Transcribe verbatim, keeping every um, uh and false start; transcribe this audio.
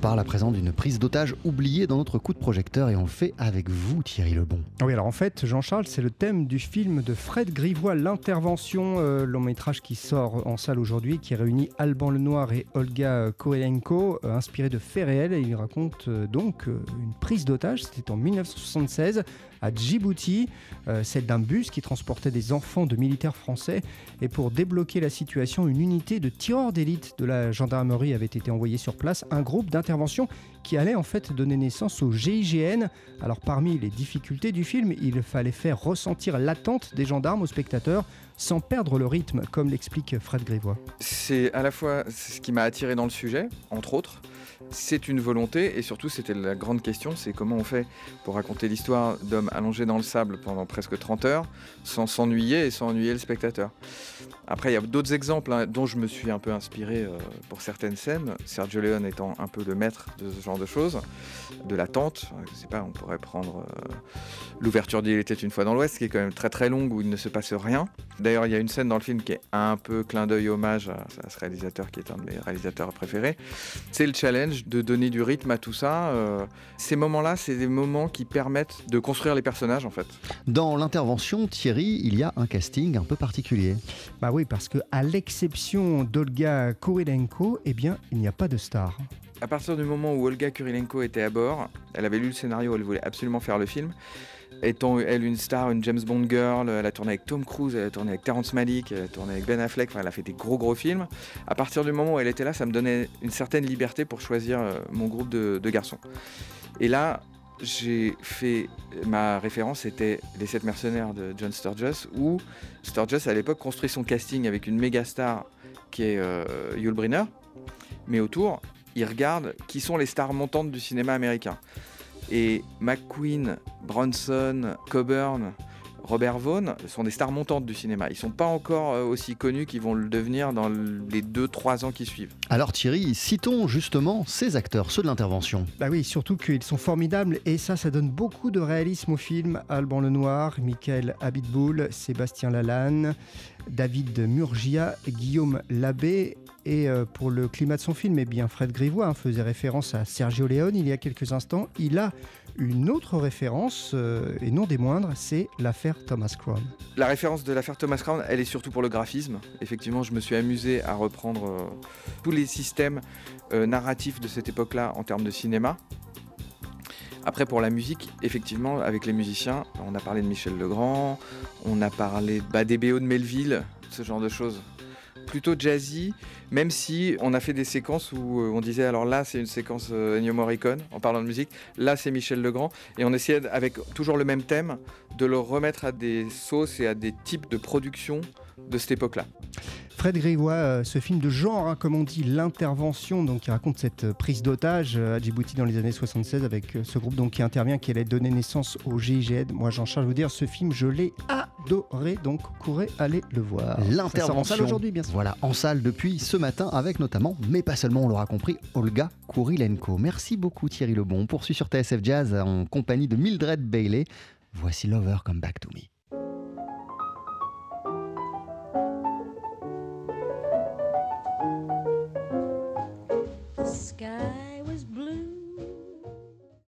parle à présent d'une prise d'otage oubliée dans notre coup de projecteur et on le fait avec vous, Thierry Lebon. Oui, alors en fait, Jean-Charles, c'est le thème du film de Fred Grivois, L'Intervention, euh, long métrage qui sort en salle aujourd'hui, qui réunit Alban Lenoir et Olga Kurylenko, euh, inspiré de faits réels. Et il raconte euh, donc euh, une prise d'otage, c'était en dix-neuf cent soixante-seize à Djibouti, euh, celle d'un bus qui transportait des enfants de militaires français. Et pour débloquer la situation, une unité de tireurs d'élite de la gendarmerie avait été envoyée sur place, un groupe d'intervention qui allait en fait donner naissance au G I G N. Alors parmi les difficultés du film, il fallait faire ressentir l'attente des gendarmes aux spectateurs sans perdre le rythme, comme l'explique Fred Grivois. C'est à la fois ce qui m'a attiré dans le sujet, entre autres. C'est une volonté et surtout c'était la grande question, c'est comment on fait pour raconter l'histoire d'hommes allongés dans le sable pendant presque trente heures sans s'ennuyer et sans ennuyer le spectateur. Après il y a d'autres exemples hein, dont je me suis un peu inspiré euh, pour certaines scènes, Sergio Leone étant un peu le maître de ce genre de choses, de l'attente. Je sais pas, on pourrait prendre euh, l'ouverture d'Il était une fois dans l'Ouest qui est quand même très très longue où il ne se passe rien. D'ailleurs il y a une scène dans le film qui est un peu clin d'œil hommage à, à ce réalisateur qui est un de mes réalisateurs préférés. C'est le challenge de donner du rythme à tout ça. Euh, ces moments-là, c'est des moments qui permettent de construire les personnages en fait. Dans l'intervention, Thierry, il y a un casting un peu particulier. Bah oui, parce qu'à l'exception d'Olga Kurylenko, eh bien, il n'y a pas de star. À partir du moment où Olga Kurylenko était à bord, elle avait lu le scénario, elle voulait absolument faire le film. Étant elle une star, une James Bond girl, elle a tourné avec Tom Cruise, elle a tourné avec Terrence Malick, elle a tourné avec Ben Affleck, enfin elle a fait des gros gros films. À partir du moment où elle était là, ça me donnait une certaine liberté pour choisir mon groupe de, de garçons. Et là, j'ai fait, ma référence était Les Sept Mercenaires de John Sturges, où Sturges à l'époque construit son casting avec une méga star qui est euh, Yul Brynner, mais autour, il regarde qui sont les stars montantes du cinéma américain. Et McQueen, Bronson, Coburn, Robert Vaughn sont des stars montantes du cinéma. Ils ne sont pas encore aussi connus qu'ils vont le devenir dans les deux trois ans qui suivent. Alors Thierry, citons justement ces acteurs, ceux de l'intervention. Bah oui, surtout qu'ils sont formidables et ça, ça donne beaucoup de réalisme au film. Alban Lenoir, Michael Abitboul, Sébastien Lalanne, David Murgia, Guillaume Labbé. Et pour le climat de son film, eh bien Fred Grivois hein, faisait référence à Sergio Leone il y a quelques instants. Il a une autre référence, euh, et non des moindres, c'est l'affaire Thomas Crown. La référence de l'affaire Thomas Crown, elle est surtout pour le graphisme. Effectivement, je me suis amusé à reprendre euh, tous les systèmes euh, narratifs de cette époque-là en termes de cinéma. Après, pour la musique, effectivement, avec les musiciens, on a parlé de Michel Legrand, on a parlé bah, des B O de Melville, ce genre de choses. Plutôt jazzy, même si on a fait des séquences où on disait alors là c'est une séquence Ennio Morricone en parlant de musique, là c'est Michel Legrand et on essayait avec toujours le même thème de le remettre à des sauces et à des types de production de cette époque-là. Fred Grivois, euh, ce film de genre, hein, comme on dit, L'Intervention, donc qui raconte cette euh, prise d'otage euh, à Djibouti dans les années soixante-seize avec euh, ce groupe donc qui intervient, qui allait donner naissance au G I G N. Moi, Jean-Charles, je vous dire, ce film, je l'ai adoré, donc courez aller le voir. L'intervention. Ça sort en salle aujourd'hui, bien sûr. Voilà, en salle depuis ce matin avec notamment, mais pas seulement, on l'aura compris, Olga Kurylenko. Merci beaucoup Thierry Lebon. On poursuit sur T S F Jazz en compagnie de Mildred Bailey. Voici Lover Come Back to Me.